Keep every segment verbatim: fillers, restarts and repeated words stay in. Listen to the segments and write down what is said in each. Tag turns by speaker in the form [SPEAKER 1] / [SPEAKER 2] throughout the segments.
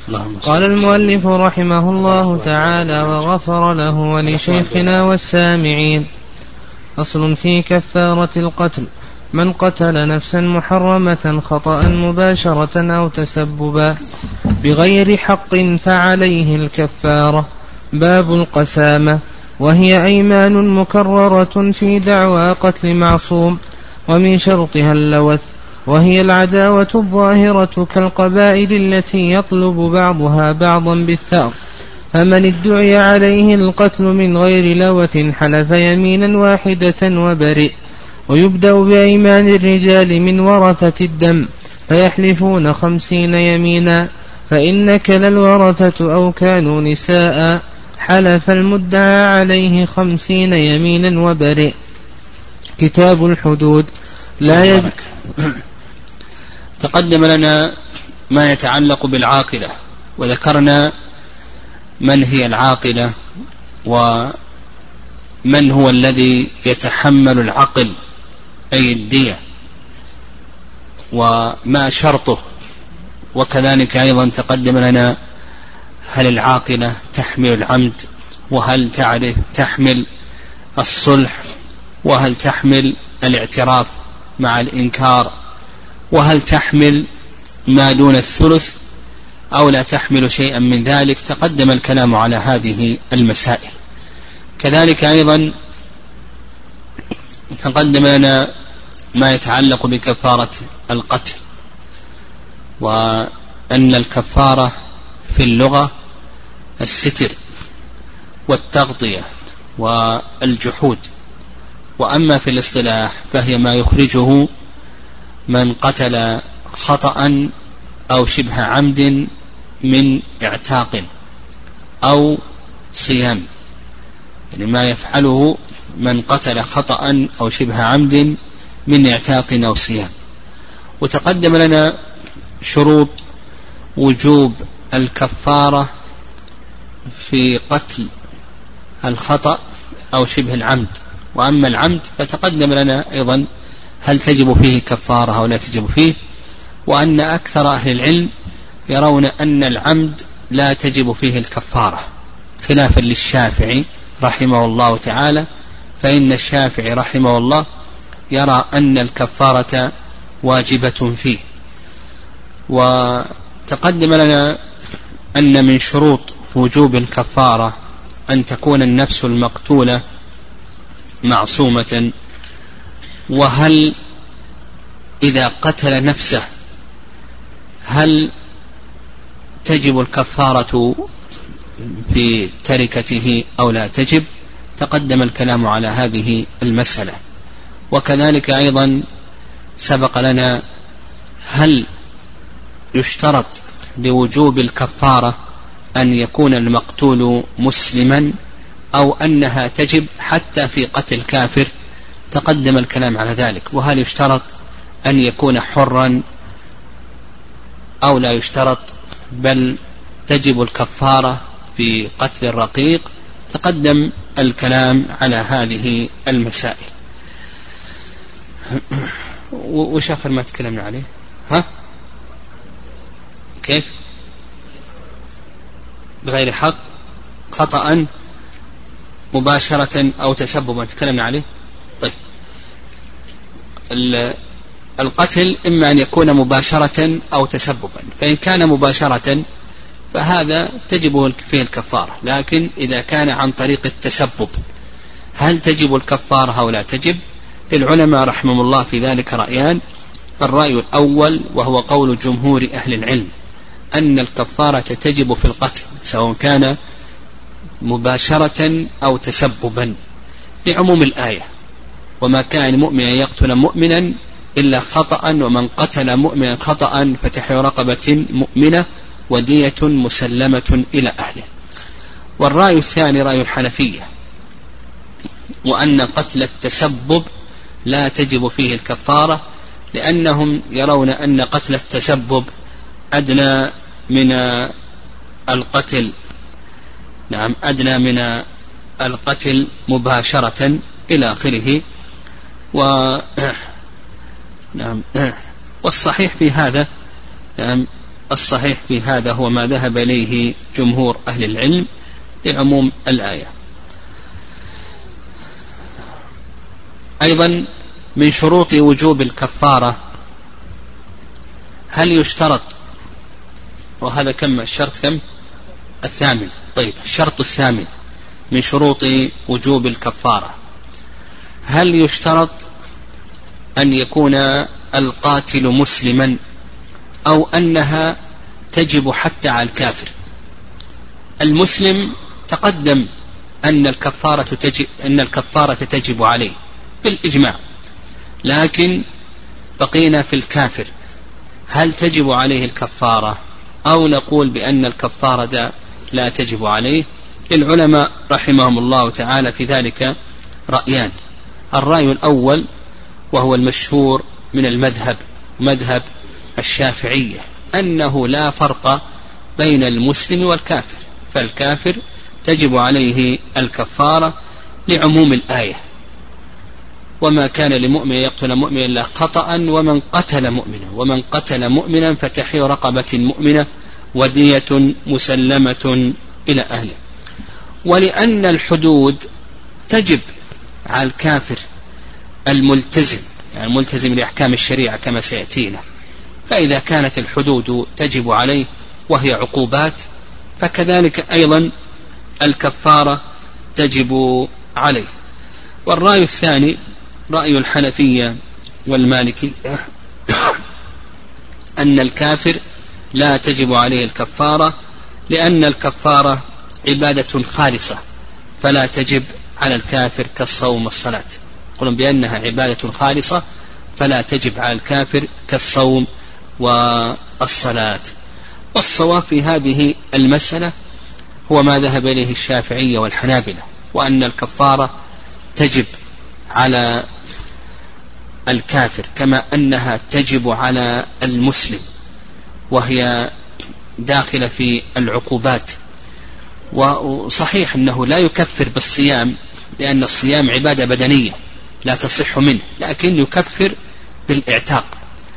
[SPEAKER 1] قال المؤلف رحمه الله تعالى وغفر له ولشيخنا والسامعين. أصل في كفارة القتل: من قتل نفسا محرمة خطأ مباشرة أو تسببا بغير حق فعليه الكفارة. باب القسامة، وهي أيمان مكررة في دعوى قتل معصوم، ومن شرطها اللوث، وهي العداوة الظاهرة كالقبائل التي يطلب بعضها بعضا بالثأر، فمن ادعي عليه القتل من غير لوث حلف يمينا واحدة وبرئ. ويبدأ بأيمان الرجال من ورثة الدم فيحلفون خمسين يمينا، فإن نكل الورثة أو كانوا نساء حلف المدعى عليه خمسين يمينا وبرئ. كتاب الحدود. لا يد...
[SPEAKER 2] تقدم لنا ما يتعلق بالعاقلة، وذكرنا من هي العاقلة ومن هو الذي يتحمل العقل أي الدية وما شرطه، وكذلك أيضا تقدم لنا هل العاقلة تحمل العمد، وهل تعرف تحمل الصلح، وهل تحمل الاعتراف مع الإنكار، وهل تحمل ما دون الثلث أو لا تحمل شيئا من ذلك. تقدم الكلام على هذه المسائل. كذلك أيضا تقدم لنا ما يتعلق بكفارة القتل، وأن الكفارة في اللغة الستر والتغطية والجحود، وأما في الاصطلاح فهي ما يخرجه من قتل خطأ أو شبه عمد من اعتاق أو صيام، يعني ما يفعله من قتل خطأ أو شبه عمد من اعتاق أو صيام. وتقدم لنا شروط وجوب الكفارة في قتل الخطأ أو شبه العمد. وأما العمد فتقدم لنا أيضا هل تجب فيه كفارة أو لا تجب فيه، وأن أكثر أهل العلم يرون أن العمد لا تجب فيه الكفارة، خلافا للشافعي رحمه الله تعالى، فإن الشافعي رحمه الله يرى أن الكفارة واجبة فيه. وتقدم لنا أن من شروط وجوب الكفارة أن تكون النفس المقتولة معصومة. وهل إذا قتل نفسه هل تجب الكفارة في تركته أو لا تجب؟ تقدم الكلام على هذه المسألة. وكذلك أيضا سبق لنا هل يشترط لوجوب الكفارة أن يكون المقتول مسلما أو أنها تجب حتى في قتل كافر؟ تقدم الكلام على ذلك. وهل يشترط أن يكون حرا أو لا يشترط بل تجب الكفارة في قتل الرقيق؟ تقدم الكلام على هذه المسائل. وش آخر ما تكلمنا عليه؟ ها؟ كيف؟ بغير حق، خطأ، مباشرة أو تسببا تكلمنا عليه. طيب، القتل إما أن يكون مباشرة أو تسببا، فإن كان مباشرة فهذا تجب فيه الكفارة، لكن إذا كان عن طريق التسبب هل تجب الكفارة أو لا تجب؟ للعلماء رحمهم الله في ذلك رأيان. الرأي الأول وهو قول جمهور أهل العلم أن الكفارة تجب في القتل سواء كان مباشرة أو تسببا، لعموم الآية: وما كان مؤمنا يقتل مؤمنا إلا خطأ، ومن قتل مؤمنا خطأ فتحرير رقبة مؤمنة ودية مسلمة إلى أهله. والرأي الثاني رأي الحنفية، وأن قتل التسبب لا تجب فيه الكفارة، لأنهم يرون أن قتل التسبب أدنى من القتل نعم أدنى من القتل مباشرة إلى آخره. و نعم والصحيح في هذا نعم الصحيح في هذا هو ما ذهب إليه جمهور أهل العلم لعموم الآية. أيضا من شروط وجوب الكفارة هل يشترط، وهذا كم الشرط كم الثامن، طيب الشرط الثامن من شروط وجوب الكفارة هل يشترط أن يكون القاتل مسلما أو أنها تجب حتى على الكافر؟ المسلم تقدم أن الكفارة تجب, أن الكفارة تجب عليه بالإجماع، لكن بقينا في الكافر، هل تجب عليه الكفارة أو نقول بأن الكفارة لا تجب عليه؟ للعلماء رحمهم الله تعالى في ذلك رأيان. الرأي الأول وهو المشهور من المذهب، مذهب الشافعية، أنه لا فرق بين المسلم والكافر، فالكافر تجب عليه الكفارة لعموم الآية، وما كان لمؤمن يقتل مؤمنا إلا خطأ ومن قتل مؤمنا ومن قتل مؤمنا فتحرير رقبة مؤمنة ودية مسلمة إلى أهله. ولأن الحدود تجب على الكافر الملتزم، يعني الملتزم لأحكام الشريعة كما سيأتينا، فإذا كانت الحدود تجب عليه وهي عقوبات فكذلك أيضا الكفارة تجب عليه. والرأي الثاني رأي الحنفية والمالكية أن الكافر لا تجب عليه الكفارة، لأن الكفارة عبادة خالصة فلا تجب على الكافر كالصوم والصلاة، يقولون بأنها عبادة خالصة فلا تجب على الكافر كالصوم والصلاة. والصواب في هذه المسألة هو ما ذهب إليه الشافعية والحنابلة، وأن الكفارة تجب على الكافر كما أنها تجب على المسلم، وهي داخلة في العقوبات. وصحيح أنه لا يكفر بالصيام، لأن الصيام عبادة بدنية لا تصح منه، لكن يكفر بالاعتاق.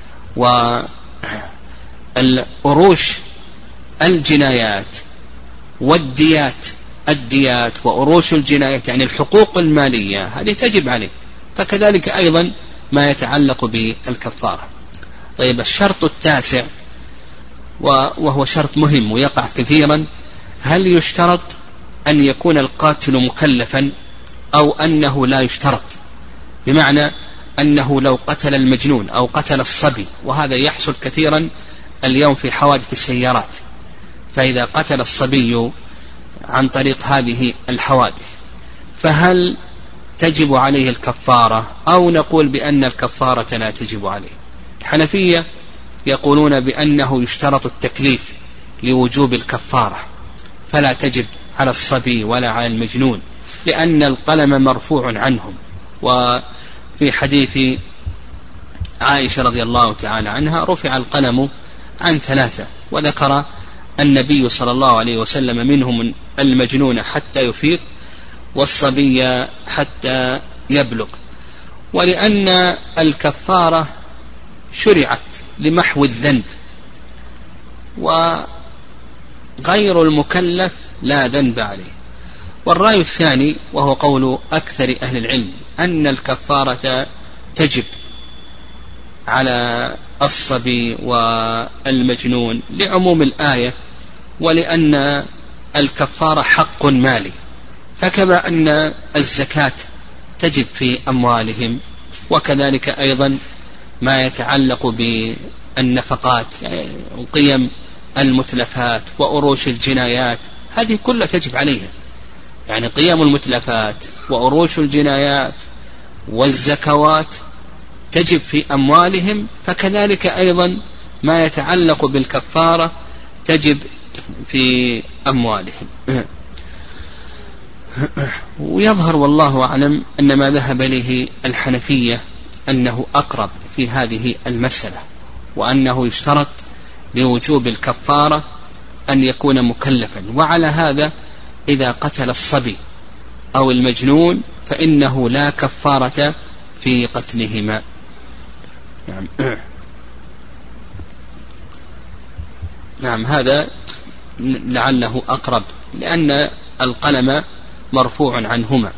[SPEAKER 2] والأروش الجنايات والديات الديات وأروش الجنايات يعني الحقوق المالية هذه تجب عليه، فكذلك أيضا ما يتعلق بالكفارة. طيب الشرط التاسع وهو شرط مهم ويقع كثيرا، هل يشترط أن يكون القاتل مكلفا أو أنه لا يشترط؟ بمعنى أنه لو قتل المجنون أو قتل الصبي، وهذا يحصل كثيرا اليوم في حوادث السيارات، فإذا قتل الصبي عن طريق هذه الحوادث فهل تجب عليه الكفارة أو نقول بأن الكفارة لا تجب عليه؟ الحنفية يقولون بأنه يشترط التكليف لوجوب الكفارة، فلا تجب على الصبي ولا على المجنون، لأن القلم مرفوع عنهم. وفي حديث عائشة رضي الله تعالى عنها رفع القلم عن ثلاثة، وذكر النبي صلى الله عليه وسلم منهم المجنون حتى يفيق والصبي حتى يبلغ. ولأن الكفارة شرعت لمحو الذنب، وغير المكلف لا ذنب عليه. والرأي الثاني وهو قول أكثر أهل العلم أن الكفارة تجب على الصبي والمجنون لعموم الآية، ولأن الكفارة حق مالي، فكما أن الزكاة تجب في أموالهم، وكذلك أيضا ما يتعلق بالنفقات يعني قيم المتلفات وأروش الجنايات هذه كلها تجب عليها، يعني قيم المتلفات وأروش الجنايات والزكوات تجب في أموالهم، فكذلك أيضا ما يتعلق بالكفارة تجب في أموالهم. ويظهر والله أعلم أن ما ذهب إليه الحنفية أنه أقرب في هذه المسألة، وأنه يشترط لوجوب الكفارة أن يكون مكلفا، وعلى هذا إذا قتل الصبي أو المجنون فإنه لا كفارة في قتلهما. نعم هذا لعله أقرب، لأن القلم مرفوع عنهما.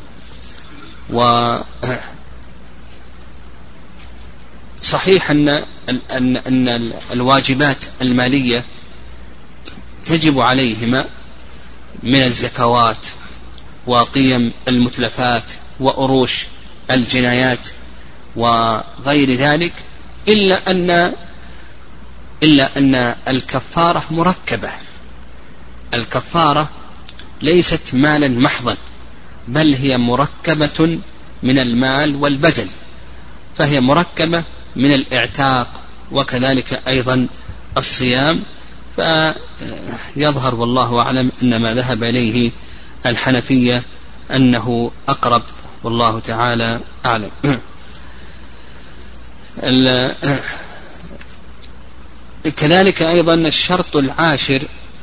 [SPEAKER 2] وصحيح أن أن أن الواجبات المالية تجب عليهما من الزكوات وقيم المتلفات وأروش الجنايات وغير ذلك، إلا أن إلا أن الكفارة مركبة. الكفارة ليست مالا محضا، بل هي مركبة من المال والبدن، فهي مركبة من الاعتاق وكذلك أيضا الصيام. فيظهر والله أعلم أن ما ذهب إليه الحنفية أنه أقرب، والله تعالى أعلم. كذلك أيضا الشرط العاشر،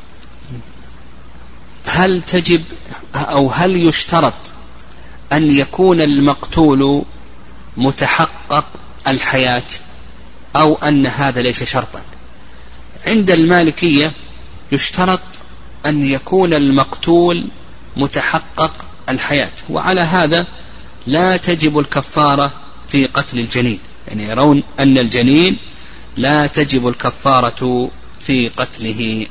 [SPEAKER 2] هل تجب أو هل يشترط أن يكون المقتول متحقق الحياة، أو أن هذا ليس شرطا؟ عند المالكية يشترط أن يكون المقتول متحقق الحياة، وعلى هذا لا تجب الكفارة في قتل الجنين، يعني يرون أن الجنين لا تجب الكفارة في قتله،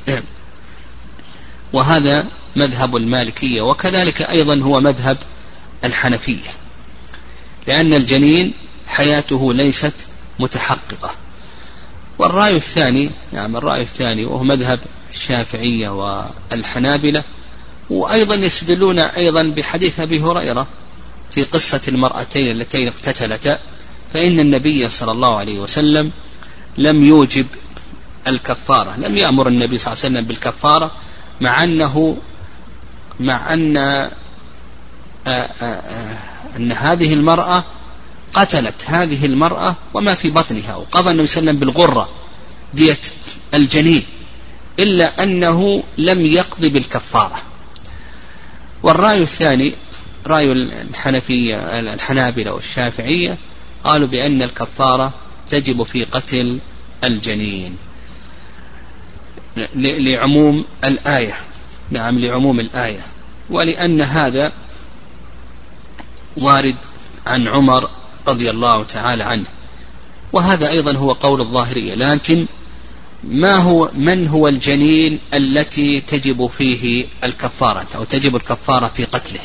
[SPEAKER 2] وهذا مذهب المالكية، وكذلك أيضا هو مذهب الحنفية، لأن الجنين حياته ليست متحققة. والرأي الثاني، نعم الرأي الثاني وهو مذهب الشافعية والحنابلة، وأيضا يستدلون أيضا بحديث أبي هريرة في قصة المرأتين اللتين اقتتلتا، فإن النبي صلى الله عليه وسلم لم يوجب الكفارة، لم يأمر النبي صلى الله عليه وسلم بالكفارة، مع أنه مع أن آآ آآ أن هذه المرأة قتلت هذه المرأة وما في بطنها، وقضى النبي صلى الله عليه وسلم بالغرة دية الجنين، إلا أنه لم يقضي بالكفارة. والرأي الثاني رأي الحنفية الحنابلة والشافعية، قالوا بأن الكفارة تجب في قتل الجنين لعموم الآية، نعم لعموم الآية، ولأن هذا وارد عن عمر رضي الله تعالى عنه، وهذا أيضا هو قول الظاهرية. لكن ما هو من هو الجنين التي تجب فيه الكفارة أو تجب الكفارة في قتله؟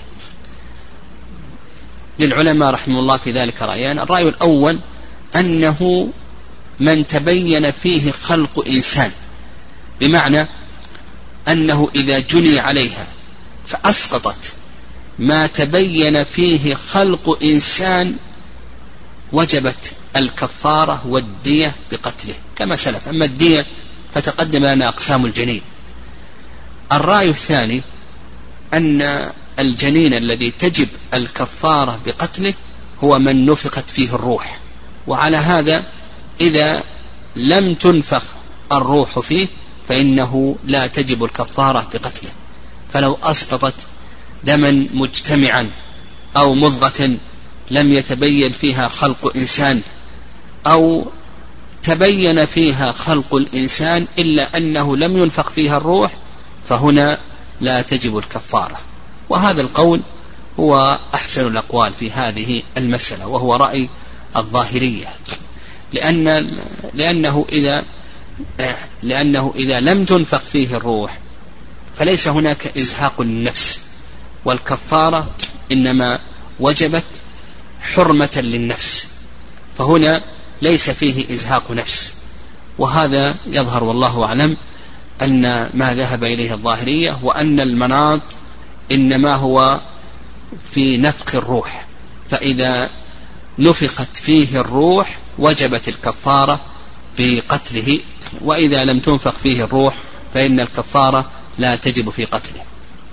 [SPEAKER 2] للعلماء رحمه الله في ذلك رأيان. الرأي الأول أنه من تبين فيه خلق إنسان، بمعنى أنه إذا جني عليها فأسقطت ما تبين فيه خلق إنسان وجبت الكفارة والدية بقتله كما سلف. أما الدية فتقدم لنا أقسام الجنين. الرأي الثاني أن الجنين الذي تجب الكفارة بقتله هو من نفخت فيه الروح، وعلى هذا إذا لم تنفخ الروح فيه فإنه لا تجب الكفارة بقتله. فلو أسقطت دما مجتمعا أو مضغة لم يتبين فيها خلق إنسان، أو تبين فيها خلق الإنسان إلا أنه لم ينفخ فيها الروح، فهنا لا تجب الكفارة. وهذا القول هو أحسن الأقوال في هذه المسألة، وهو رأي الظاهرية، لأن لأنه إذا لأنه إذا لم تنفخ فيه الروح فليس هناك إزهاق للنفس، والكفارة إنما وجبت حرمة للنفس، فهنا ليس فيه إزهاق نفس. وهذا يظهر والله أعلم أن ما ذهب إليه الظاهرية، وأن المناط إنما هو في نفخ الروح، فإذا نفخت فيه الروح وجبت الكفارة بقتله، وإذا لم تنفخ فيه الروح فإن الكفارة لا تجب في قتله.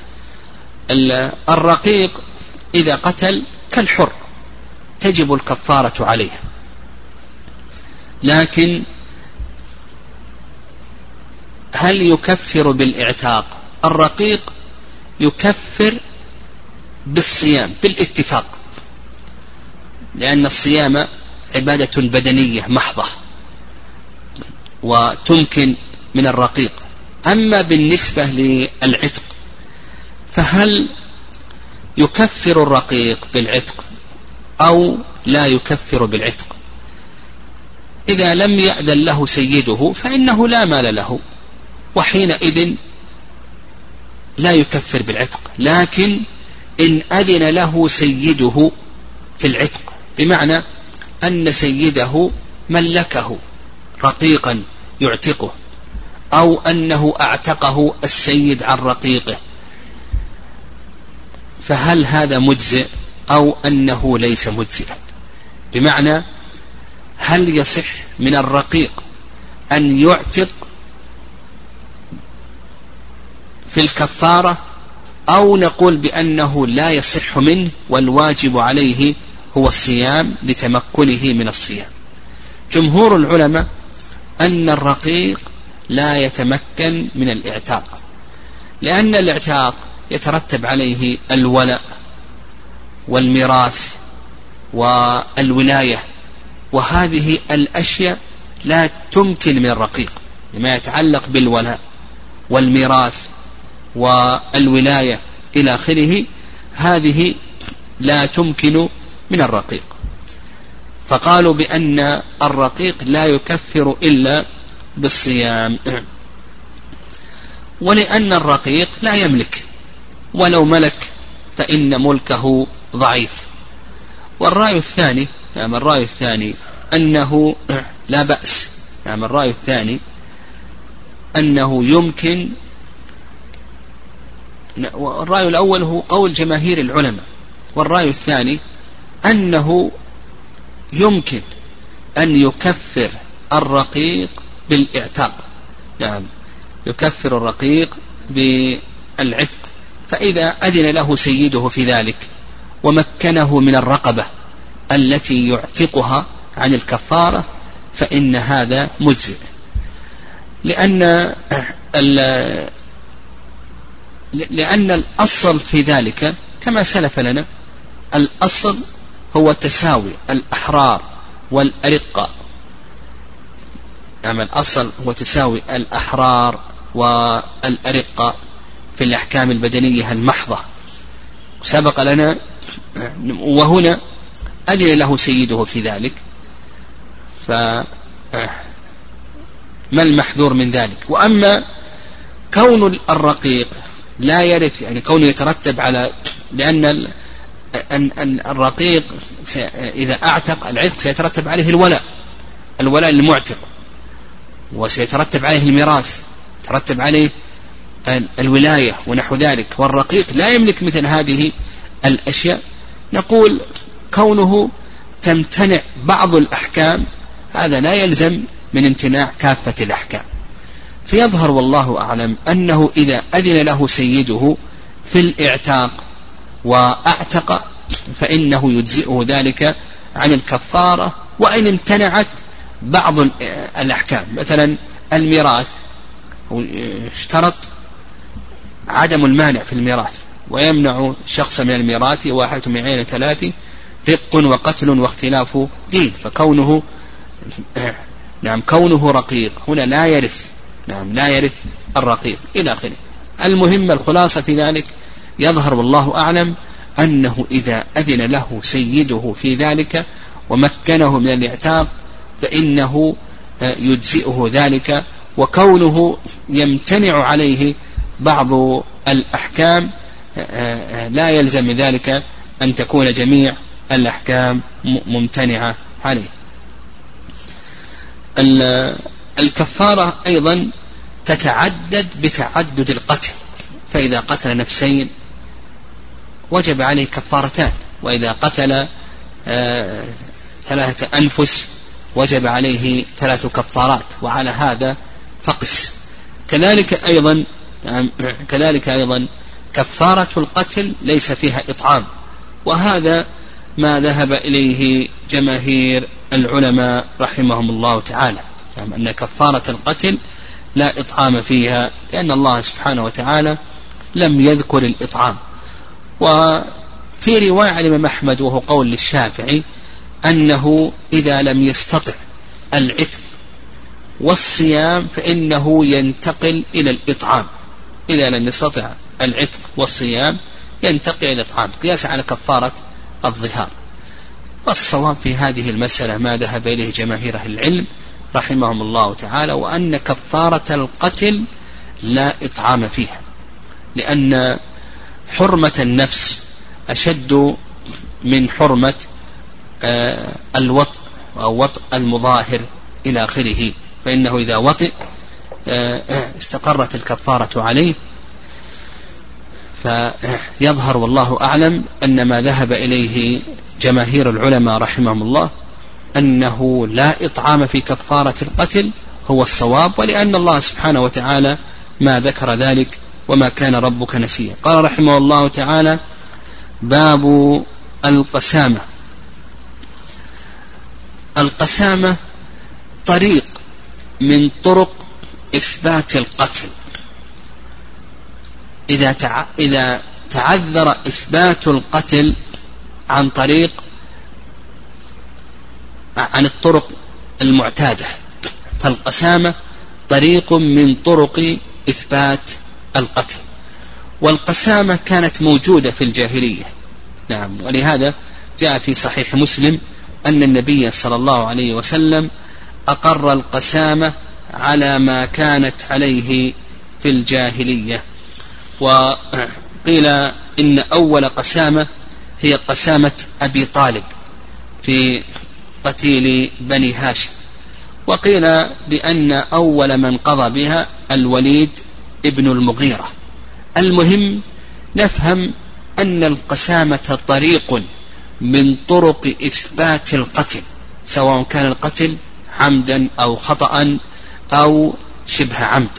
[SPEAKER 2] الرقيق إذا قتل كالحر تجب الكفارة عليه، لكن هل يكفر بالإعتاق؟ الرقيق يكفر بالصيام بالاتفاق، لأن الصيام عبادة بدنية محضة، وتمكن من الرقيق أما بالنسبة للعتق فهل يكفر الرقيق بالعتق أو لا يكفر بالعتق؟ إذا لم يأذن له سيده فإنه لا مال له، وحينئذ لا يكفر بالعتق. لكن إن أذن له سيده في العتق، بمعنى أن سيده ملكه رقيقا يعتقه، أو أنه أعتقه السيد عن رقيقه، فهل هذا مجزئ أو أنه ليس مجزئا؟ بمعنى هل يصح من الرقيق أن يعتق في الكفارة، أو نقول بأنه لا يصح منه والواجب عليه هو الصيام لتمكنه من الصيام؟ جمهور العلماء أن الرقيق لا يتمكن من الاعتاق، لأن الاعتاق يترتب عليه الولاء والميراث والولاية، وهذه الأشياء لا تمكن من الرقيق. لما يتعلق بالولاء والميراث والولاية إلى آخره، هذه لا تمكن من الرقيق، فقالوا بأن الرقيق لا يكفر إلا بالصيام. ولأن الرقيق لا يملك، ولو ملك فإن ملكه ضعيف. والرأي الثاني نعم الرأي الثاني أنه لا بأس نعم الرأي الثاني أنه يمكن. والرأي الأول هو قول جماهير العلماء، والرأي الثاني أنه يمكن أن يكفر الرقيق بالاعتاق. نعم يكفر الرقيق بالعتق، فإذا أذن له سيده في ذلك ومكنه من الرقبة التي يعتقها عن الكفارة فإن هذا مجزئ، لأن لأن الأصل في ذلك كما سلف لنا، الأصل هو تساوي الأحرار والأرقة. يعني الأصل هو تساوي الأحرار والأرقة في الأحكام البدنية المحضة، سبق لنا. وهنا أذن له سيده في ذلك، فما المحذور من ذلك؟ وأما كون الرقيق لا يرث، يعني كونه يترتب على، لأن أن الرقيق إذا أعتق العتق سيترتب عليه الولاء الولاء المعتق، وسيترتب عليه الميراث، يترتب عليه الولاية ونحو ذلك، والرقيق لا يملك مثل هذه الأشياء. نقول كونه تمتنع بعض الأحكام هذا لا يلزم من امتناع كافة الأحكام. فيظهر والله أعلم أنه إذا أذن له سيده في الاعتاق وأعتق فإنه يجزئه ذلك عن الكفارة، وإن امتنعت بعض الأحكام. مثلا الميراث اشترط عدم المانع في الميراث، ويمنع شخص من الميراث واحد من عين ثلاث رق وقتل واختلاف دين، فكونه نعم كونه رقيق هنا لا يرث نعم لا يرث الرقيق إلى آخره. المهم الخلاصة في ذلك يظهر والله أعلم أنه إذا أذن له سيده في ذلك ومكنه من الاعتاق فإنه يجزئه ذلك، وكونه يمتنع عليه بعض الأحكام لا يلزم ذلك أن تكون جميع الأحكام ممتنعة عليه. الكفارة أيضا تتعدد بتعدد القتل، فإذا قتل نفسين وجب عليه كفارتان، وإذا قتل آه ثلاثة أنفس وجب عليه ثلاث كفارات، وعلى هذا فقس. كذلك أيضا كذلك أيضا كفارة القتل ليس فيها إطعام، وهذا ما ذهب إليه جماهير العلماء رحمهم الله تعالى، يعني أن كفارة القتل لا إطعام فيها، لأن الله سبحانه وتعالى لم يذكر الإطعام. وفي رواية عن الإمام أحمد وهو قول للشافعي أنه إذا لم يستطع العتق والصيام فإنه ينتقل إلى الإطعام، إذا لم يستطع العتق والصيام ينتقل إلى الإطعام قياسا على كفارة الظهار. والصواب في هذه المسألة ما ذهب إليه جماهير أهل العلم رحمهم الله تعالى، وأن كفارة القتل لا إطعام فيها، لأن حرمة النفس أشد من حرمة الوطء أو وطء المظاهر إلى آخره، فإنه إذا وطئ استقرت الكفارة عليه. فيظهر والله أعلم أن ما ذهب إليه جماهير العلماء رحمهم الله أنه لا إطعام في كفارة القتل هو الصواب، ولأن الله سبحانه وتعالى ما ذكر ذلك وما كان ربك نسيا. قال رحمه الله تعالى: باب القسامة. القسامة طريق من طرق إثبات القتل، إذا تع... إذا تعذر إثبات القتل عن طريق عن الطرق المعتادة، فالقسامة طريق من طرق إثبات القتل. والقسامة كانت موجودة في الجاهلية، نعم، ولهذا جاء في صحيح مسلم أن النبي صلى الله عليه وسلم أقر القسامة على ما كانت عليه في الجاهلية. وقيل إن أول قسامة هي قسامة أبي طالب في قتيل بني هاشم، وقيل بأن أول من قضى بها الوليد ابن المغيرة. المهم نفهم أن القسامة طريق من طرق إثبات القتل، سواء كان القتل عمدا أو خطأ أو شبه عمد.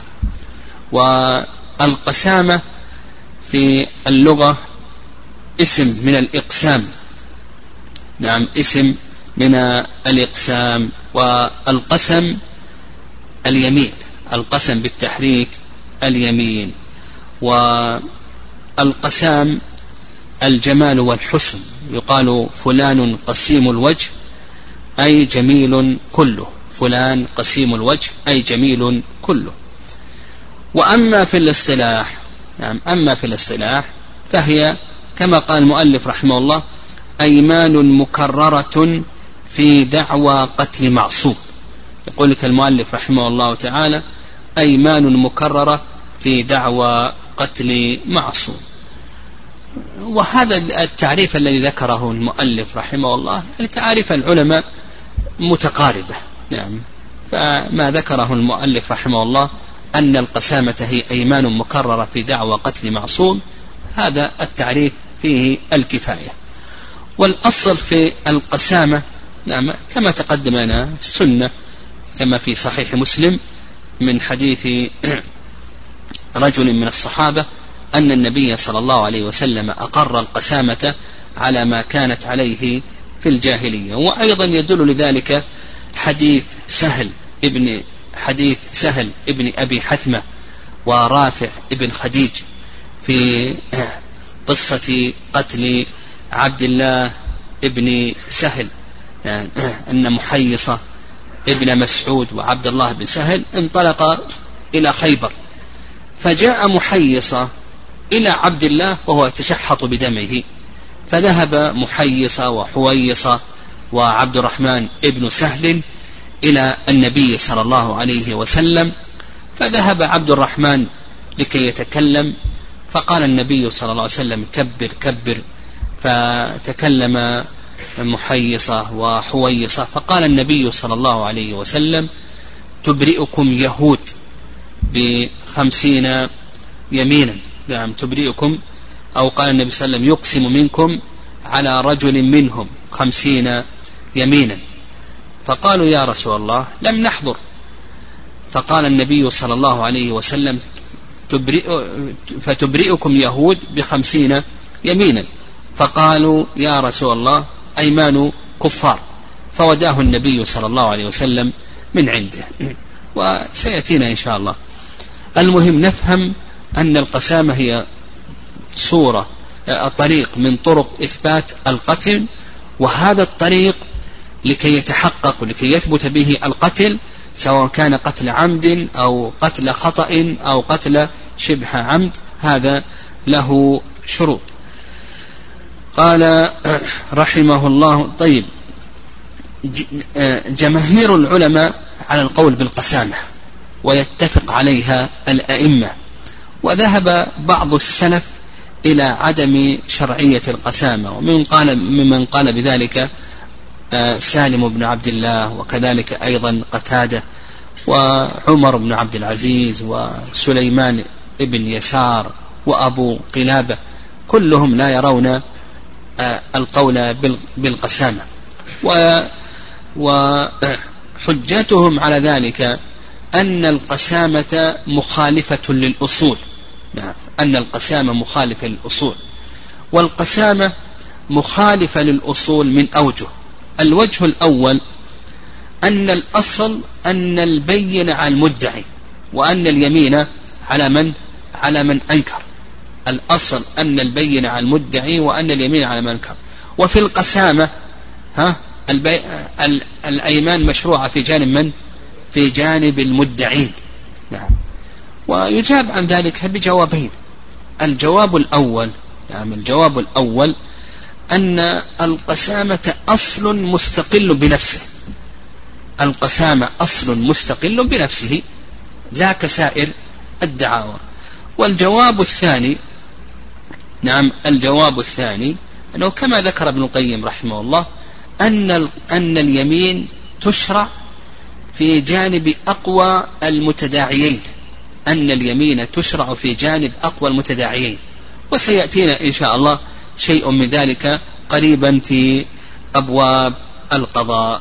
[SPEAKER 2] والقسامة في اللغة اسم من الإقسام، نعم، اسم من الإقسام. والقسم اليمين، القسم بالتحريك اليمين. والقسام الجمال والحسن، يقال فلان قسيم الوجه أي جميل كله، فلان قسيم الوجه أي جميل كله. وأما في الاصطلاح، يعني أما في الاصطلاح فهي كما قال المؤلف رحمه الله: أيمان مكررة في دعوى قتل معصوم. يقول لك المؤلف رحمه الله تعالى: أيمان مكررة في دعوى قتل معصوم. وهذا التعريف الذي ذكره المؤلف رحمه الله يعني تعريف العلماء متقاربة، نعم. فما ذكره المؤلف رحمه الله أن القسامة هي أيمان مكررة في دعوى قتل معصوم، هذا التعريف فيه الكفاية. والأصل في القسامة، نعم، كما تقدم لنا السنة كما في صحيح مسلم من حديث رجل من الصحابة أن النبي صلى الله عليه وسلم أقر القسامة على ما كانت عليه في الجاهلية. وأيضا يدل لذلك حديث سهل ابن حديث سهل ابن أبي حثمة ورافع ابن خديج في قصة قتل عبد الله ابن سهل، يعني أن محيصة ابن مسعود وعبد الله بن سهل انطلق إلى خيبر، فجاء محيصة إلى عبد الله وهو يتشحط بدمه، فذهب محيصة وحويصة وعبد الرحمن ابن سهل إلى النبي صلى الله عليه وسلم، فذهب عبد الرحمن لكي يتكلم، فقال النبي صلى الله عليه وسلم: كبر كبر. فتكلم محيصة وحويصة، فقال النبي صلى الله عليه وسلم: تبرئكم يهود بخمسين يمينا، نعم، تبرئكم، أو قال النبي صلى الله عليه وسلم: يقسم منكم على رجل منهم خمسين يمينا. فقالوا: يا رسول الله لم نحضر. فقال النبي صلى الله عليه وسلم: تبرئ فتبرئكم يهود بخمسين يمينا. فقالوا: يا رسول الله أيمان كفار. فوداه النبي صلى الله عليه وسلم من عنده، وسيأتينا إن شاء الله. المهم نفهم أن القسامة هي صورة الطريق من طرق إثبات القتل، وهذا الطريق لكي يتحقق ولكي يثبت به القتل سواء كان قتل عمد أو قتل خطأ أو قتل شبه عمد، هذا له شروط. قال رحمه الله: طيب، جماهير العلماء على القول بالقسامة ويتفق عليها الأئمة، وذهب بعض السلف إلى عدم شرعية القسامة، ومن قال ممن قال بذلك سالم بن عبد الله، وكذلك أيضا قتادة وعمر بن عبد العزيز وسليمان بن يسار وأبو قلابة، كلهم لا يرون القول بالقسامة، وحجتهم على ذلك أن القسامة مخالفة للأصول. نعم، أن القسامة مخالفة للأصول، والقسامة مخالفة للأصول من أوجه. الوجه الأول أن الأصل أن البين على المدعي، وأن اليمين على من على من أنكر. الأصل أن البين على المدعي وأن اليمين على من أنكر. وفي القسامة ها البي... ال... الأيمان مشروعة في جانب من؟ في جانب المدعين. نعم. ويجاب عن ذلك بجوابين. الجواب الأول يعني الجواب الأول أن القسامة أصل مستقل بنفسه. القسامة أصل مستقل بنفسه لا كسائر الدعاوى. والجواب الثاني نعم الجواب الثاني أنه كما ذكر ابن القيم رحمه الله أن أن اليمين تشرع في جانب أقوى المتداعيين، أن اليمين تشرع في جانب أقوى المتداعيين، وسيأتينا إن شاء الله شيء من ذلك قريبا في أبواب القضاء.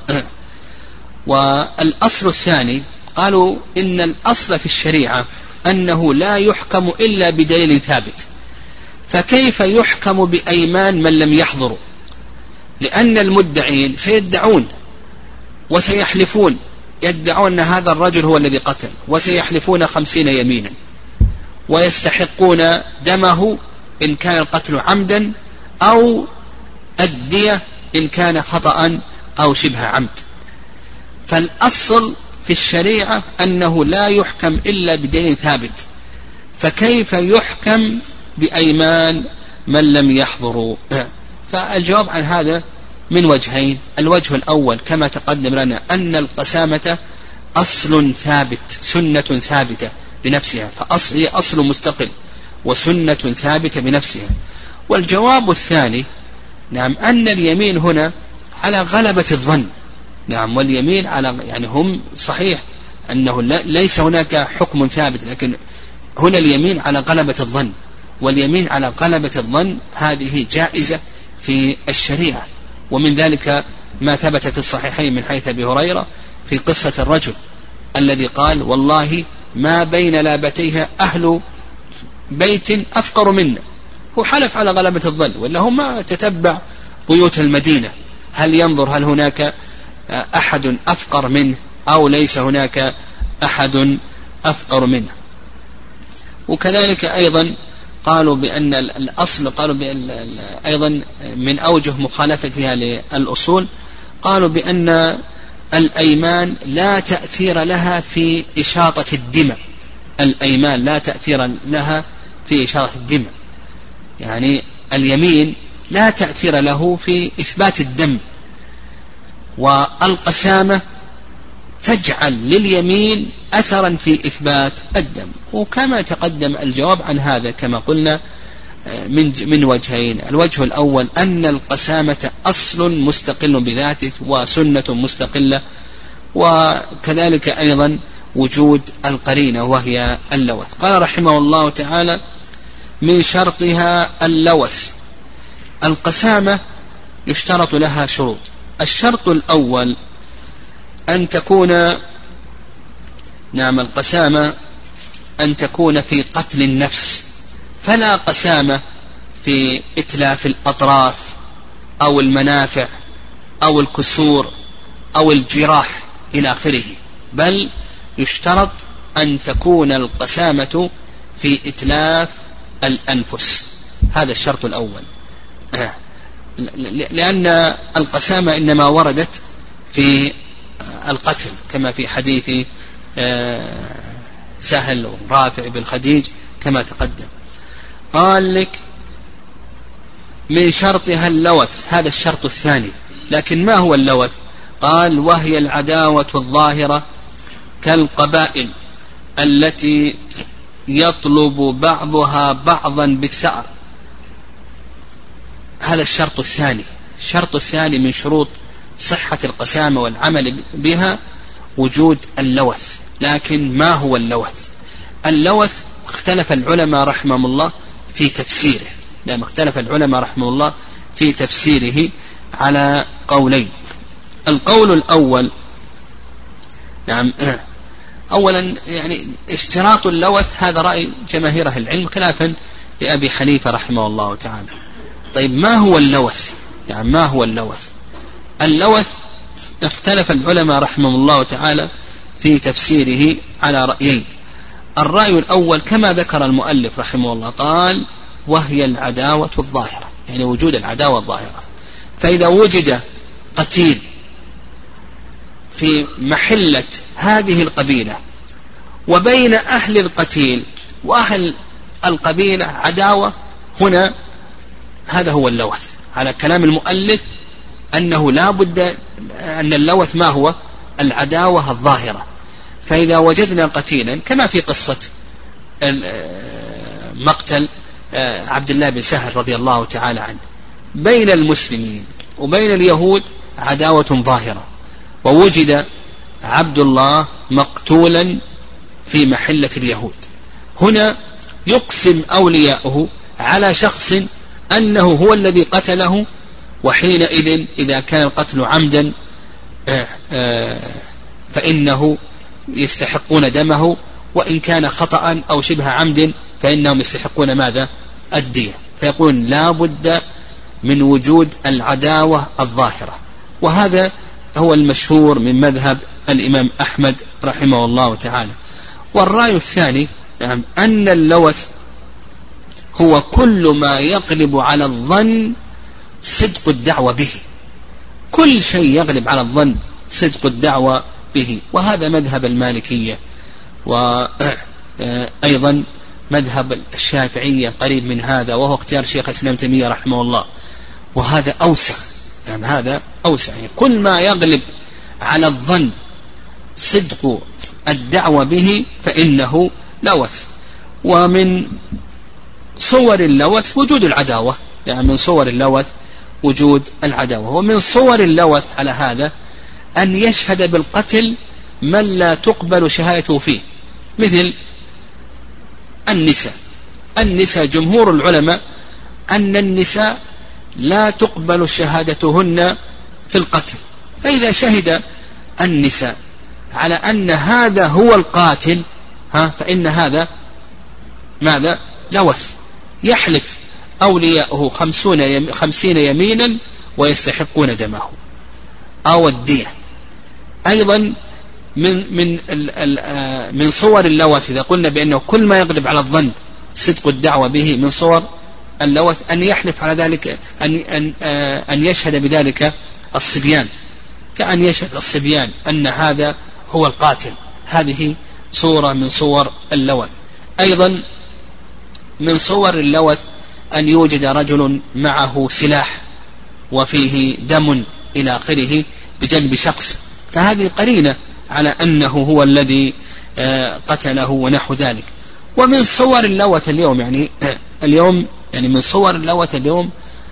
[SPEAKER 2] والأصل الثاني قالوا إن الأصل في الشريعة أنه لا يحكم إلا بدليل ثابت، فكيف يحكم بأيمان من لم يحضروا؟ لأن المدعين سيدعون وسيحلفون، يدعون أن هذا الرجل هو الذي قتل، وسيحلفون خمسين يمينا، ويستحقون دمه إن كان القتل عمدا أو الدية إن كان خطأ أو شبه عمد. فالأصل في الشريعة أنه لا يحكم إلا بدليل ثابت، فكيف يحكم بأيمان من لم يحضروا؟ فالجواب عن هذا من وجهين. الوجه الأول كما تقدم لنا أن القسامة أصل ثابت، سنة ثابتة بنفسها، فأصل هي أصل مستقل وسنة ثابتة بنفسها. والجواب الثاني نعم أن اليمين هنا على غلبة الظن. نعم، واليمين على يعني هم صحيح أنه ليس هناك حكم ثابت، لكن هنا اليمين على غلبة الظن، واليمين على غلبة الظن هذه جائزة في الشريعة. ومن ذلك ما ثبت في الصحيحين من حيث أبي هريرة في قصة الرجل الذي قال: والله ما بين لابتيها أهل بيت أفقر منا. هو حلف على غلبة الظن، ولا هو ما تتبع بيوت المدينة هل ينظر هل هناك أحد أفقر منه أو ليس هناك أحد أفقر منه. وكذلك أيضا قالوا بأن الأصل قالوا بأن أيضا من أوجه مخالفتها للأصول قالوا بأن الأيمان لا تأثير لها في إشاطة الدماء. الأيمان لا تأثير لها في إشاطة الدماء، يعني اليمين لا تأثير له في إثبات الدم، والقسامة تجعل لليمين أثرا في إثبات الدم. وكما تقدم الجواب عن هذا كما قلنا من من وجهين. الوجه الأول أن القسامة أصل مستقل بذاته وسنة مستقلة، وكذلك أيضا وجود القرينة وهي اللوث. قال رحمه الله تعالى: من شرطها اللوث. القسامة يشترط لها شروط. الشرط الأول أن تكون نعم القسامة أن تكون في قتل النفس، فلا قسامة في إتلاف الأطراف أو المنافع أو الكسور أو الجراح إلى آخره، بل يشترط أن تكون القسامة في إتلاف الأنفس. هذا الشرط الأول، لأن القسامة إنما وردت في القتل كما في حديث سهل ورافع بن خديج كما تقدم. قال لك من شرطها اللوث، هذا الشرط الثاني. لكن ما هو اللوث؟ قال وهي العداوة الظاهرة كالقبائل التي يطلب بعضها بعضا بالثأر. هذا الشرط الثاني. الشرط الثاني من شروط صحة القسامة والعمل بها وجود اللوث. لكن ما هو اللوث؟ اللوث اختلف العلماء رحمهم الله في تفسيره. لما اختلف العلماء رحمهم الله في تفسيره على قولين. القول الأول، نعم، أولا يعني اشتراط اللوث هذا رأي جماهير أهل العلم خلافا لأبي حنيفة رحمه الله تعالى. طيب ما هو اللوث؟ يعني ما هو اللوث؟ اللوث اختلف العلماء رحمه الله تعالى في تفسيره على رأيين. الرأي الأول كما ذكر المؤلف رحمه الله، قال وهي العداوة الظاهرة، يعني وجود العداوة الظاهرة. فإذا وجد قتيل في محلة هذه القبيلة وبين أهل القتيل وأهل القبيلة عداوة، هنا هذا هو اللوث على كلام المؤلف، أنه لا بد أن اللوث ما هو؟ العداوة الظاهرة. فإذا وجدنا قتيلا كما في قصة مقتل عبد الله بن سهل رضي الله تعالى عنه، بين المسلمين وبين اليهود عداوة ظاهرة، ووجد عبد الله مقتولا في محلة اليهود، هنا يقسم أولياؤه على شخص أنه هو الذي قتله، وحينئذ إذا كان القتل عمدا فإنه يستحقون دمه، وإن كان خطأ أو شبه عمد فإنهم يستحقون ماذا؟ الدية. فيقول لا بد من وجود العداوة الظاهرة، وهذا هو المشهور من مذهب الإمام أحمد رحمه الله تعالى. والرأي الثاني يعني أن اللوث هو كل ما يغلب على الظن صدق الدعوة به، كل شيء يغلب على الظن صدق الدعوة به، وهذا مذهب المالكية، وأيضا مذهب الشافعية قريب من هذا، وهو اختيار شيخ الإسلام ابن تيمية رحمه الله، وهذا أوسع، يعني هذا أوسع، يعني كل ما يغلب على الظن صدق الدعوة به فإنه لوث. ومن صور اللوث وجود العداوة، يعني من صور اللوث وجود العداوة. ومن صور اللوث على هذا أن يشهد بالقتل من لا تقبل شهادته فيه، مثل النساء. النساء جمهور العلماء أن النساء لا تقبل شهادتهن في القتل، فإذا شهد النساء على أن هذا هو القاتل ها فإن هذا ماذا؟ لوث، يحلف أولياؤه خمسون خمسين يمينا ويستحقون دمه أو الدية. أيضا من من من صور اللوث إذا قلنا بأنه كل ما يغلب على الظن صدق الدعوة به، من صور اللوث أن يحلف على ذلك، أن أن أن يشهد بذلك الصبيان، كأن يشهد الصبيان أن هذا هو القاتل، هذه صورة من صور اللوث. أيضا من صور اللوث أن يوجد رجل معه سلاح وفيه دم إلى آخره بجنب شخص، فهذه قرينة على أنه هو الذي قتله ونحو ذلك. ومن صور اللوث اليوم، يعني اليوم يعني من صور اللوث اليوم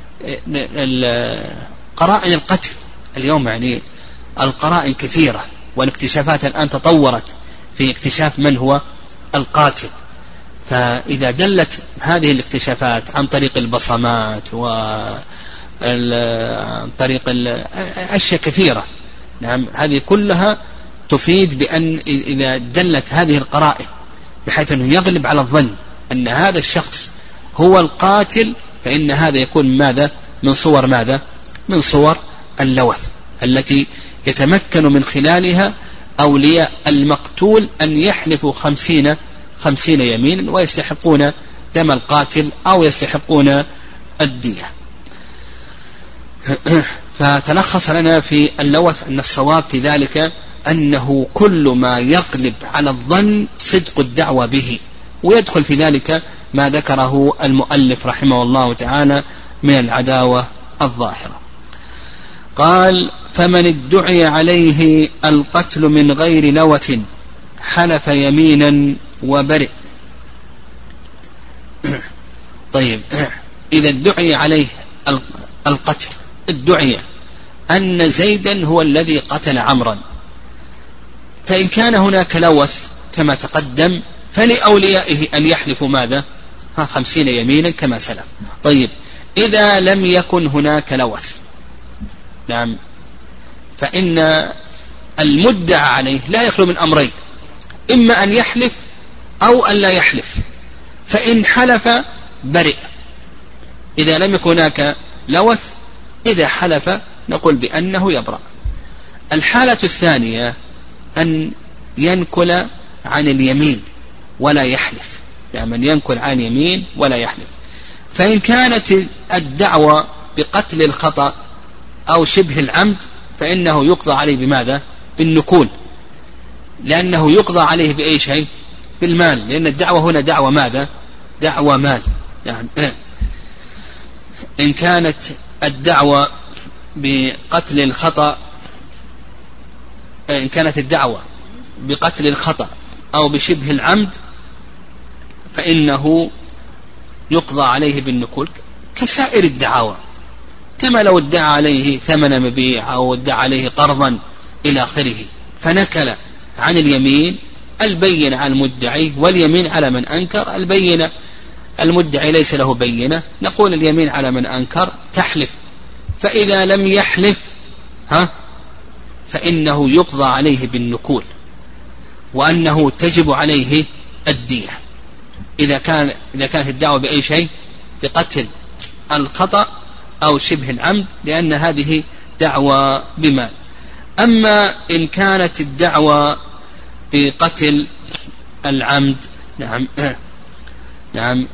[SPEAKER 2] قرائن القتل. اليوم يعني القرائن كثيرة، والاكتشافات الآن تطورت في اكتشاف من هو القاتل. فإذا دلت هذه الاكتشافات عن طريق البصمات وعن طريق أشياء كثيرة، نعم، هذه كلها تفيد بأن إذا دلت هذه القرائن بحيث أنه يغلب على الظن أن هذا الشخص هو القاتل، فإن هذا يكون ماذا؟ من صور ماذا؟ من صور اللوث التي يتمكن من خلالها أولياء المقتول أن يحلفوا خمسين خمسين يمينا ويستحقون دم القاتل أو يستحقون الدية. فتلخص لنا في اللوث أن الصواب في ذلك أنه كل ما يغلب على الظن صدق الدعوة به، ويدخل في ذلك ما ذكره المؤلف رحمه الله تعالى من العداوة الظاهرة. قال: فمن ادعي عليه القتل من غير لوث حلف يمينا وبرئ. طيب، إذا ادعي عليه القتل، ادعي أن زيدا هو الذي قتل عمرا، فإن كان هناك لوث كما تقدم فلأوليائه أن يحلفوا ماذا؟ ها خمسين يمينا كما سلف. طيب، إذا لم يكن هناك لوث، نعم، فإن المدعى عليه لا يخلو من أمرين: إما أن يحلف أو أن لا يحلف. فإن حلف برئ إذا لم يكن هناك لوث، إذا حلف نقول بأنه يبرأ. الحالة الثانية أن ينكل عن اليمين ولا يحلف، يعني من ينكل عن يمين ولا يحلف. فإن كانت الدعوة بقتل الخطأ أو شبه العمد فإنه يقضى عليه بماذا؟ بالنكول، لأنه يقضى عليه بأي شيء؟ بالمال، لأن الدعوة هنا دعوة ماذا؟ دعوة مال. يعني إن كانت الدعوة بقتل الخطأ، إن كانت الدعوة بقتل الخطأ أو بشبه العمد فإنه يقضى عليه بالنكول كسائر الدعاوى، كما لو ادعى عليه ثمن مبيع أو ادعى عليه قرضا إلى آخره، فنكل عن اليمين، البينة على المدعي واليمين على من أنكر. البينة المدعي ليس له بينة، نقول اليمين على من أنكر تحلف. فإذا لم يحلف ها فإنه يقضى عليه بالنكول، وأنه تجب عليه الدية إذا كان إذا كانت الدعوة بأي شيء؟ بقتل الخطأ أو شبه العمد، لأن هذه دعوة بمال. أما إن كانت الدعوة بقتل العمد، نعم نعم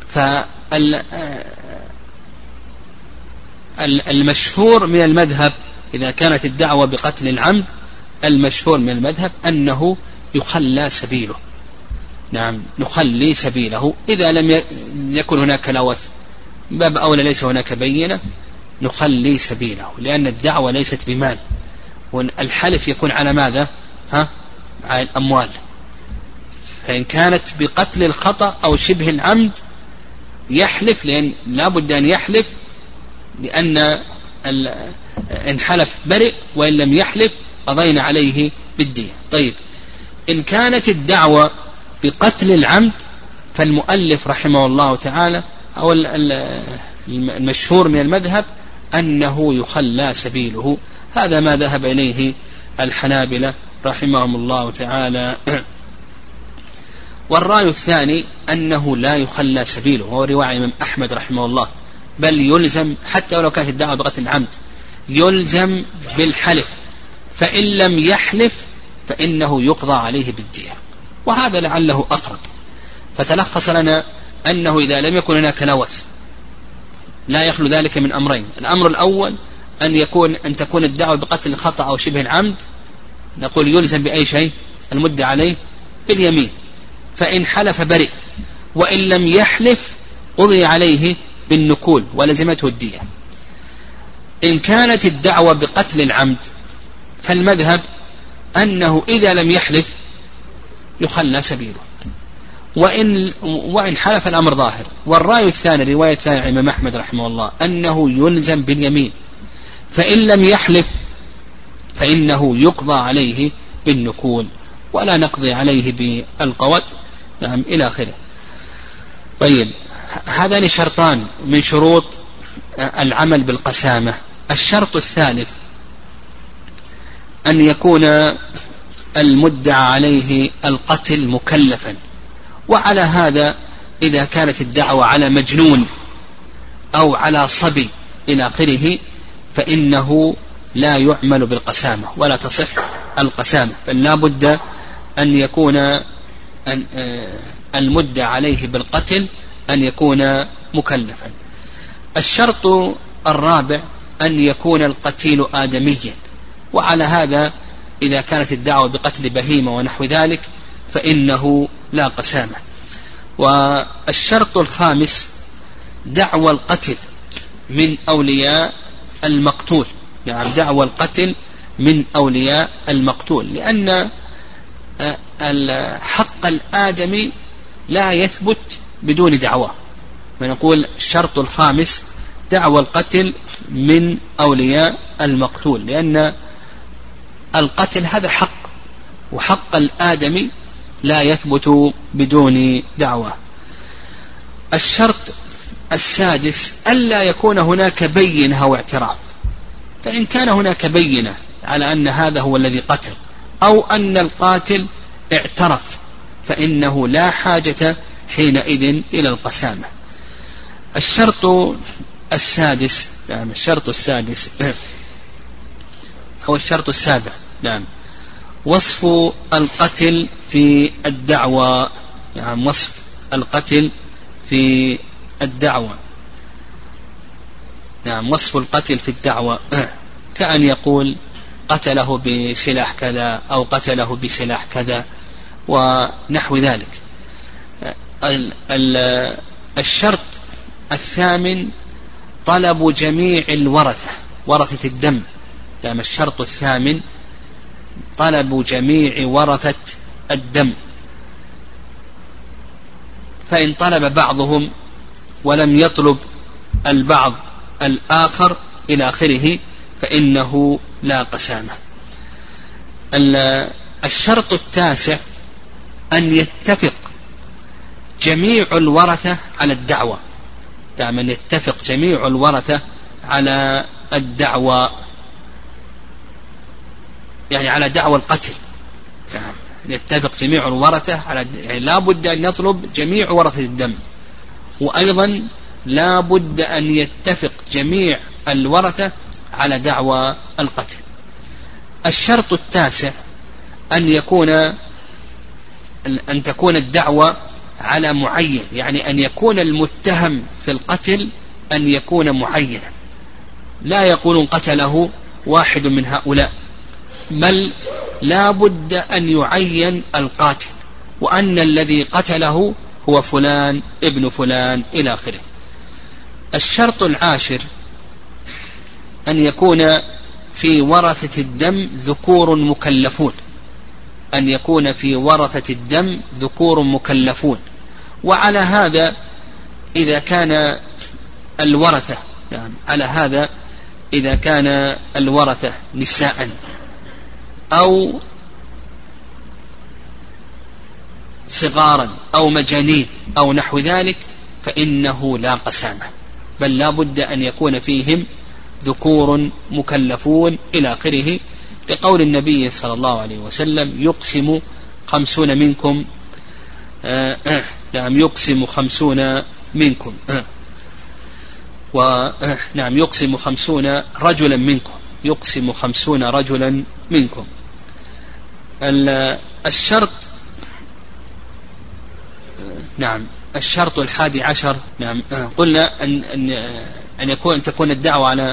[SPEAKER 2] فالمشهور من المذهب إذا كانت الدعوة بقتل العمد، المشهور من المذهب أنه يخلى سبيله، نعم نخلي سبيله. إذا لم يكن هناك لوث باب أولى ليس هناك بينة، نخلي سبيله، لأن الدعوة ليست بمال، والحلف يكون على ماذا؟ ها؟ على الأموال. فإن كانت بقتل الخطأ أو شبه العمد يحلف، لأن لا بد أن يحلف، لأن إن حلف برئ، وإن لم يحلف قضينا عليه بالدية. طيب، إن كانت الدعوة بقتل العمد فالمؤلف رحمه الله تعالى أو المشهور من المذهب أنه يخلى سبيله. هذا ما ذهب إليه الحنابلة رحمهم الله تعالى. والرأي الثاني أنه لا يخلى سبيله، وهو رواية إمام أحمد رحمه الله، بل يلزم حتى ولو كانت الدعوة بقتل العمد يلزم بالحلف، فإن لم يحلف فإنه يقضى عليه بالدية. وهذا لعله أقرب. فتلخص لنا أنه إذا لم يكن هناك لوث لا يخلو ذلك من أمرين: الأمر الأول أن يكون أن تكون الدعوة بقتل الخطأ أو شبه العمد، نقول يلزم بأي شيء المدعى عليه؟ باليمين، فإن حلف برئ، وإن لم يحلف قضي عليه بالنكول ولزمته الدية. إن كانت الدعوة بقتل العمد فالمذهب أنه إذا لم يحلف يخلى سبيله، وإن, وإن حلف الأمر ظاهر. والرأي الثاني رواية الثانية عن الإمام أحمد رحمه الله أنه يلزم باليمين، فإن لم يحلف فإنه يقضى عليه بالنكول ولا نقضي عليه بالقوت، نعم إلى آخره. طيب، هذان شرطان من شروط العمل بالقسامة. الشرط الثالث أن يكون المدعى عليه القتل مكلفا، وعلى هذا إذا كانت الدعوة على مجنون أو على صبي إلى آخره فإنه لا يعمل بالقسامة ولا تصح القسامة، بل لا بد أن يكون المدعى عليه بالقتل أن يكون مكلفا. الشرط الرابع أن يكون القتيل آدميا، وعلى هذا إذا كانت الدعوة بقتل بهيمة ونحو ذلك فإنه لا قسامة. والشرط الخامس دعوى القتل من أولياء المقتول، نعم دعوى القتل من أولياء المقتول، لأن حق الآدمي لا يثبت بدون دعوة. فنقول الشرط الخامس دعوى القتل من أولياء المقتول، لأن القتل هذا حق، وحق الآدمي لا يثبت بدون دعوة. الشرط السادس ألا يكون هناك بينة أو اعتراف، فإن كان هناك بينة على أن هذا هو الذي قتل أو أن القاتل اعترف فإنه لا حاجة حينئذ إلى القسامة. الشرط السادس نعم الشرط السادس أو الشرط السابع نعم وصف القتل في الدعوة، نعم وصف القتل في الدعوة، نعم وصف القتل في الدعوة كأن يقول قتله بسلاح كذا أو قتله بسلاح كذا ونحو ذلك. الشرط الثامن طلب جميع الورثة ورثة الدم، نعم الشرط الثامن طلب جميع ورثة الدم، فإن طلب بعضهم ولم يطلب البعض الآخر إلى آخره فإنه لا قسامة. الشرط التاسع أن يتفق جميع الورثة على الدعوة، يعني أن يتفق جميع الورثة على الدعوة، يعني على دعوى القتل، يعني يتفق جميع الورثة على، يعني لا بد أن يطلب جميع ورثة الدم، وأيضا لا بد أن يتفق جميع الورثة على دعوى القتل. الشرط التاسع أن يكون أن تكون الدعوة على معين، يعني أن يكون المتهم في القتل أن يكون معينا، لا يقولون قتله واحد من هؤلاء، بل لا بد أن يعين القاتل وأن الذي قتله هو فلان ابن فلان إلى آخره. الشرط العاشر أن يكون في ورثة الدم ذكور مكلفون، أن يكون في ورثة الدم ذكور مكلفون، وعلى هذا إذا كان الورثة يعني على هذا إذا كان الورثة نساء أو صغارا أو مجانين أو نحو ذلك فإنه لا قسامة، بل لا بد أن يكون فيهم ذكور مكلفون إلى آخره، لقول النبي صلى الله عليه وسلم يقسم خمسون منكم آه آه نعم يقسم خمسون منكم آه ونعم يقسم خمسون رجلا منكم يقسم خمسون رجلا منكم. الشرط نعم الشرط الحادي عشر نعم قلنا أن أن أن يكون أن تكون الدعوة على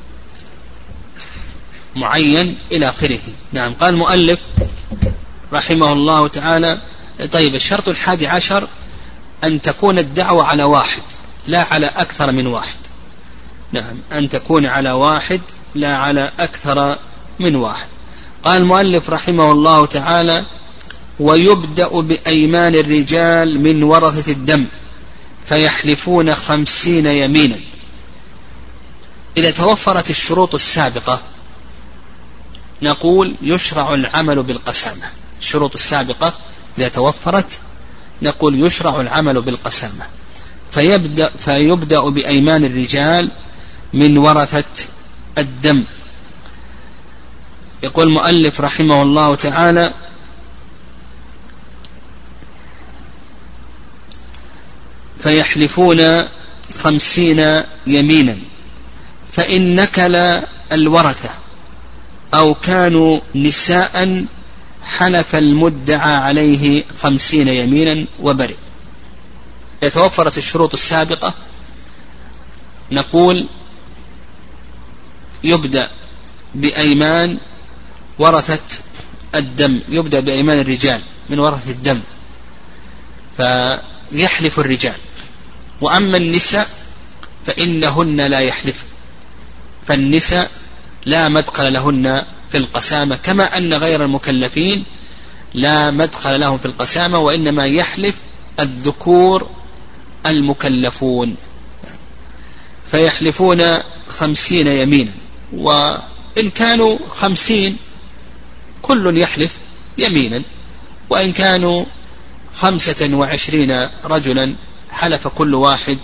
[SPEAKER 2] معين إلى آخره. نعم قال المؤلف رحمه الله تعالى طيب الشرط الحادي عشر أن تكون الدعوة على واحد لا على أكثر من واحد. نعم أن تكون على واحد لا على أكثر من واحد. قال المؤلف رحمه الله تعالى ويبدأ بأيمان الرجال من ورثة الدم فيحلفون خمسين يمينا. إذا توفرت الشروط السابقة نقول يشرع العمل بالقسامة. الشروط السابقة إذا توفرت نقول يشرع العمل بالقسامة فيبدأ, فيبدأ بأيمان الرجال من ورثة الدم. يقول المؤلف رحمه الله تعالى فيحلفون خمسين يمينا فإن نكل الورثة أو كانوا نساء حلف المدعى عليه خمسين يمينا وبرئ. إذا توفرت الشروط السابقة نقول يبدأ بأيمان ورثة الدم، يبدأ بأيمان الرجال من ورثة الدم، فيحلف الرجال. وأما النساء فإنهن لا يحلف، فالنساء لا مدخل لهن في القسامة، كما أن غير المكلفين لا مدخل لهم في القسامة، وإنما يحلف الذكور المكلفون. فيحلفون خمسين يمينا، وإن كانوا خمسين كل يحلف يمينا، وإن كانوا خمسة وعشرين رجلا حلف كل واحد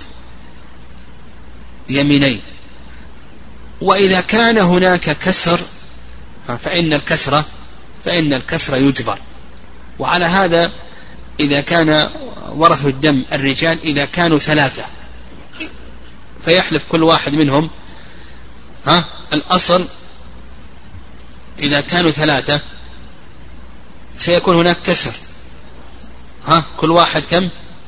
[SPEAKER 2] يمينين. وإذا كان هناك كسر فإن الكسرة فإن الكسر يجبر. وعلى هذا إذا كان ورث الدم الرجال إذا كانوا ثلاثة فيحلف كل واحد منهم، ها الأصل إذا كانوا ثلاثة سيكون هناك كسر، ها كل واحد كم؟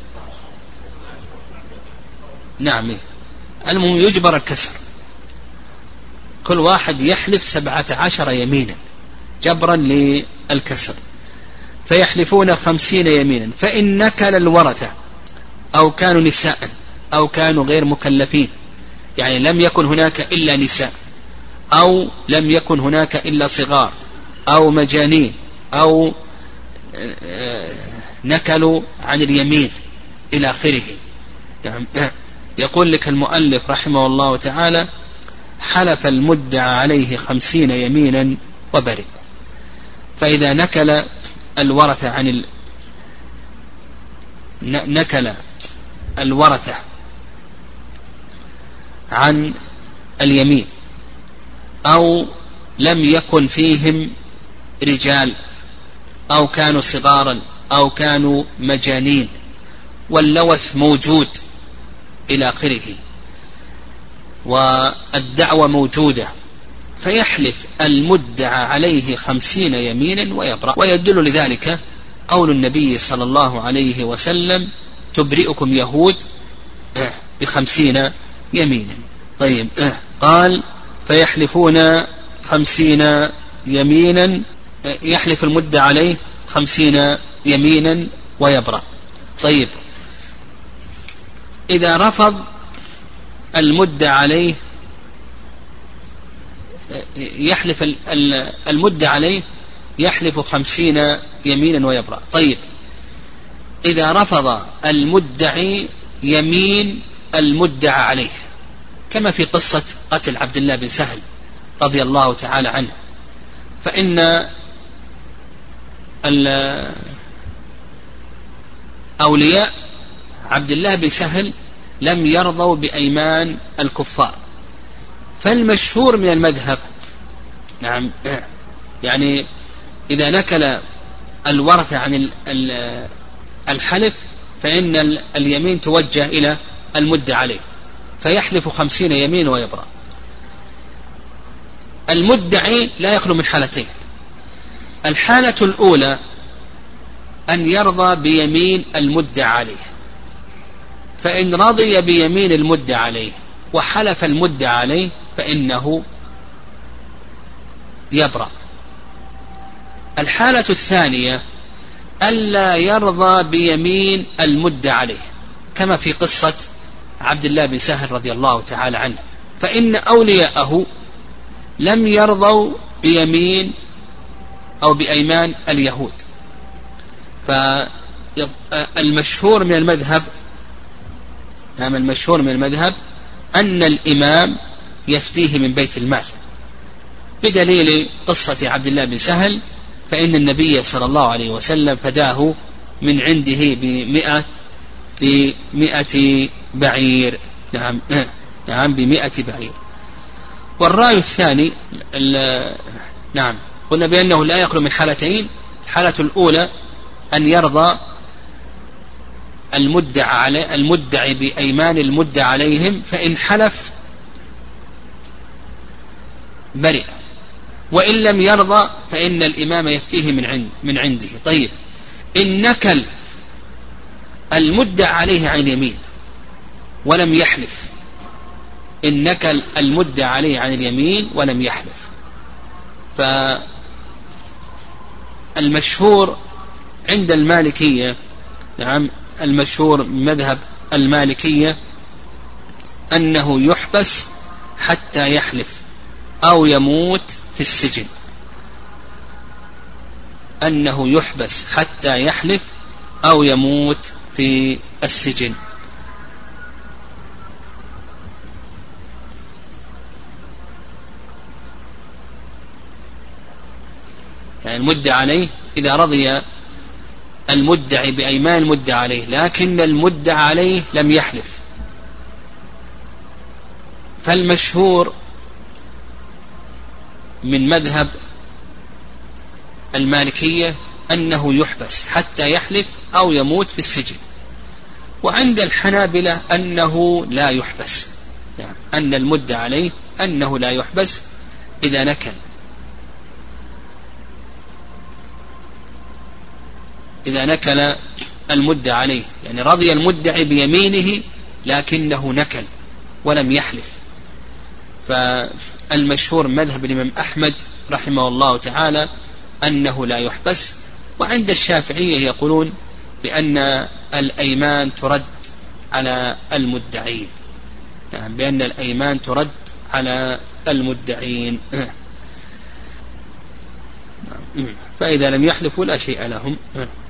[SPEAKER 2] نعم، المهم يجبر الكسر، كل واحد يحلف سبعة عشر يمينا جبرا للكسر. فيحلفون خمسين يمينا، فإن نكل الورثة أو كانوا نساء أو كانوا غير مكلفين، يعني لم يكن هناك إلا نساء، أو لم يكن هناك إلا صغار أو مجانين، أو نكلوا عن اليمين إلى آخره. يقول لك المؤلف رحمه الله تعالى: حلف المدعى عليه خمسين يمينا وبرئ. فإذا نكل الورثة عن ال... نكل الورثة عن اليمين، أو لم يكن فيهم رجال، أو كانوا صغارا، أو كانوا مجانين، واللوث موجود إلى آخره، والدعوة موجودة، فيحلف المدعى عليه خمسين يمينا ويبرأ. ويدل لذلك قول النبي صلى الله عليه وسلم: تبرئكم يهود بخمسين يمينا. طيب، قال: فيحلفون خمسين يمينا، يحلف المدعى عليه خمسين يمينا ويبرأ. طيب، إذا رفض المدعى عليه يحلف المدعى عليه يحلف خمسين يمينا ويبرأ. طيب، إذا رفض المدعي يمين المدعى عليه، كما في قصة قتل عبد الله بن سهل رضي الله تعالى عنه، فإن أولياء عبد الله بن سهل لم يرضوا بأيمان الكفار. فالمشهور من المذهب، نعم، يعني إذا نكل الورثة عن الحلف فإن اليمين توجه إلى المدعى عليه، فيحلف خمسين يمين ويبرأ. المدعي لا يخلو من حالتين: الحالة الأولى أن يرضى بيمين المدعى عليه، فإن رضي بيمين المدعى عليه وحلف المدعى عليه فإنه يبرأ. الحالة الثانية ألا يرضى بيمين المدعى عليه، كما في قصة عبد الله بن سهل رضي الله تعالى عنه، فإن أولياءه لم يرضوا بيمين أو بأيمان اليهود. فالمشهور من المذهب نعم المشهور من المذهب أن الإمام يفتيه من بيت المال، بدليل قصة عبد الله بن سهل، فإن النبي صلى الله عليه وسلم فداه من عنده بمئة بمئة بعير، نعم نعم بمئة بعير. والرأي الثاني نعم قلنا بأنه لا يخلو من حالتين: الحالة الأولى أن يرضى المدعى عليه المدعي بأيمان المدعى عليهم، فإن حلف برئ، وإن لم يرضى فإن الإمام يفتيه من عند من عنده. طيب، إن نكل المدعى عليه عن اليمين ولم يحلف إن نكل المدعى عليه عن اليمين ولم يحلف. فالمشهور عند المالكية، نعم المشهور مذهب المالكية أنه يحبس حتى يحلف أو يموت في السجن، أنه يحبس حتى يحلف أو يموت في السجن. يعني المدعى عليه إذا رضي المدعي بأيمان المدعى عليه لكن المدعى عليه لم يحلف، فالمشهور من مذهب المالكية أنه يحبس حتى يحلف أو يموت في السجن. وعند الحنابلة أنه لا يحبس، يعني أن المدعى عليه أنه لا يحبس إذا نكل، إذا نكل المدعى عليه، يعني رضي المدعي بيمينه لكنه نكل ولم يحلف. فالمشهور مذهب الإمام أحمد رحمه الله تعالى أنه لا يحبس. وعند الشافعية يقولون بأن الأيمان ترد على المدعين، يعني بأن الأيمان ترد على المدعين، فإذا لم يحلفوا لا شيء لهم.